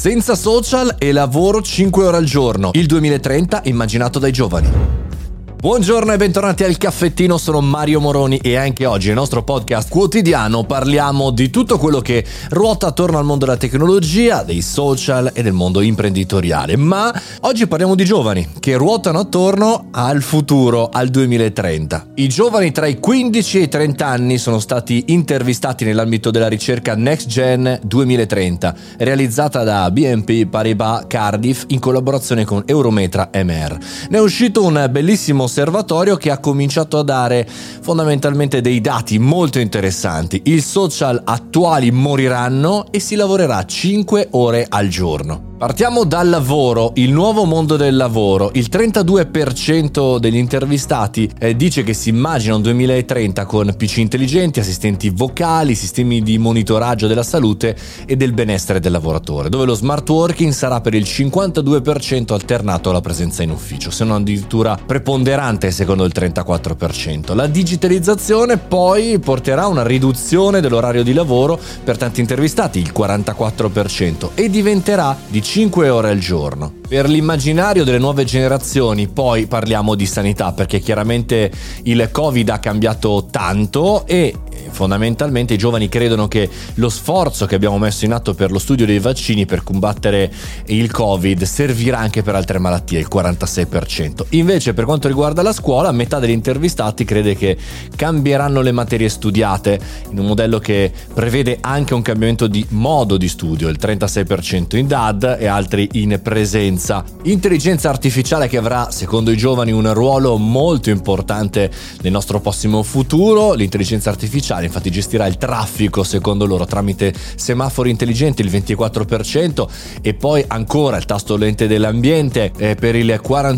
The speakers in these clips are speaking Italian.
Senza social e lavoro 5 ore al giorno. Il 2030 immaginato dai giovani. Buongiorno e bentornati al Caffettino, sono Mario Moroni e anche oggi nel nostro podcast quotidiano parliamo di tutto quello che ruota attorno al mondo della tecnologia, dei social e del mondo imprenditoriale. Ma oggi parliamo di giovani che ruotano attorno al futuro, al 2030. I giovani tra i 15 e i 30 anni sono stati intervistati nell'ambito della ricerca Next Gen 2030, realizzata da BNP Paribas Cardiff in collaborazione con Eurometra MR. Ne è uscito un bellissimo osservatorio che ha cominciato a dare fondamentalmente dei dati molto interessanti. I social attuali moriranno e si lavorerà 5 ore al giorno. Partiamo dal lavoro, il nuovo mondo del lavoro. Il 32% degli intervistati dice che si immagina un 2030 con PC intelligenti, assistenti vocali, sistemi di monitoraggio della salute e del benessere del lavoratore, dove lo smart working sarà per il 52% alternato alla presenza in ufficio, se non addirittura preponderante secondo il 34%. La digitalizzazione poi porterà a una riduzione dell'orario di lavoro per tanti intervistati, il 44%, e diventerà di 5 ore al giorno. Per l'immaginario delle nuove generazioni poi parliamo di sanità, perché chiaramente il Covid ha cambiato tanto e fondamentalmente i giovani credono che lo sforzo che abbiamo messo in atto per lo studio dei vaccini per combattere il Covid servirà anche per altre malattie, il 46%. Invece per quanto riguarda la scuola, metà degli intervistati crede che cambieranno le materie studiate in un modello che prevede anche un cambiamento di modo di studio, il 36% in DAD e altri in presenza. Intelligenza artificiale che avrà, secondo i giovani, un ruolo molto importante nel nostro prossimo futuro. L'intelligenza artificiale infatti gestirà il traffico, secondo loro, tramite semafori intelligenti, il 24%, e poi ancora il tasto lente dell'ambiente per il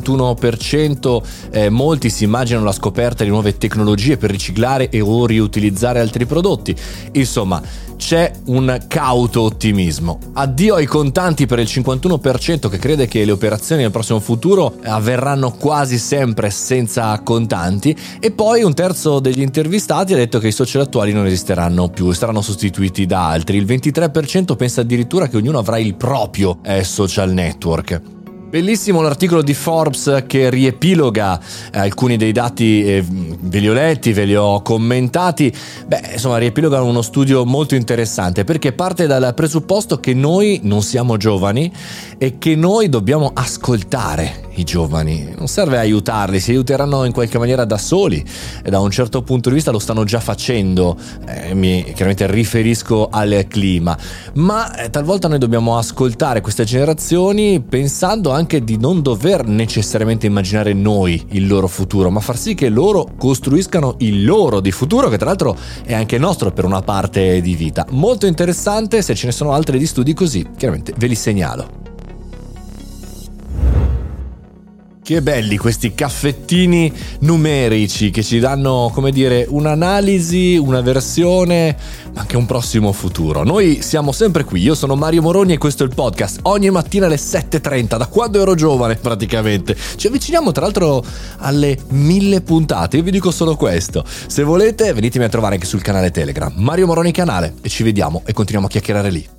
41%. Molti si immaginano la scoperta di nuove tecnologie per riciclare e o riutilizzare altri prodotti. Insomma, c'è un cauto ottimismo. Addio ai contanti per il 51% che crede che le operazioni nel prossimo futuro avverranno quasi sempre senza contanti, e poi un terzo degli intervistati ha detto che i social attuali non esisteranno più e saranno sostituiti da altri. Il 23% pensa addirittura che ognuno avrà il proprio social network. Bellissimo l'articolo di Forbes che riepiloga alcuni dei dati, ve li ho letti, ve li ho commentati. Insomma, riepiloga uno studio molto interessante, perché parte dal presupposto che noi non siamo giovani e che noi dobbiamo ascoltare i giovani. Non serve aiutarli, si aiuteranno in qualche maniera da soli, e da un certo punto di vista lo stanno già facendo. Mi chiaramente riferisco al clima, ma talvolta noi dobbiamo ascoltare queste generazioni pensando anche di non dover necessariamente immaginare noi il loro futuro, ma far sì che loro costruiscano il loro di futuro, che tra l'altro è anche nostro per una parte di vita. Molto interessante. Se ce ne sono altri di studi così, chiaramente ve li segnalo. Che belli questi caffettini numerici che ci danno, come dire, un'analisi, una versione, ma anche un prossimo futuro. Noi siamo sempre qui, io sono Mario Moroni e questo è il podcast, ogni mattina alle 7:30, da quando ero giovane praticamente. Ci avviciniamo tra l'altro alle 1000 puntate, io vi dico solo questo. Se volete venitemi a trovare anche sul canale Telegram, Mario Moroni canale, e ci vediamo e continuiamo a chiacchierare lì.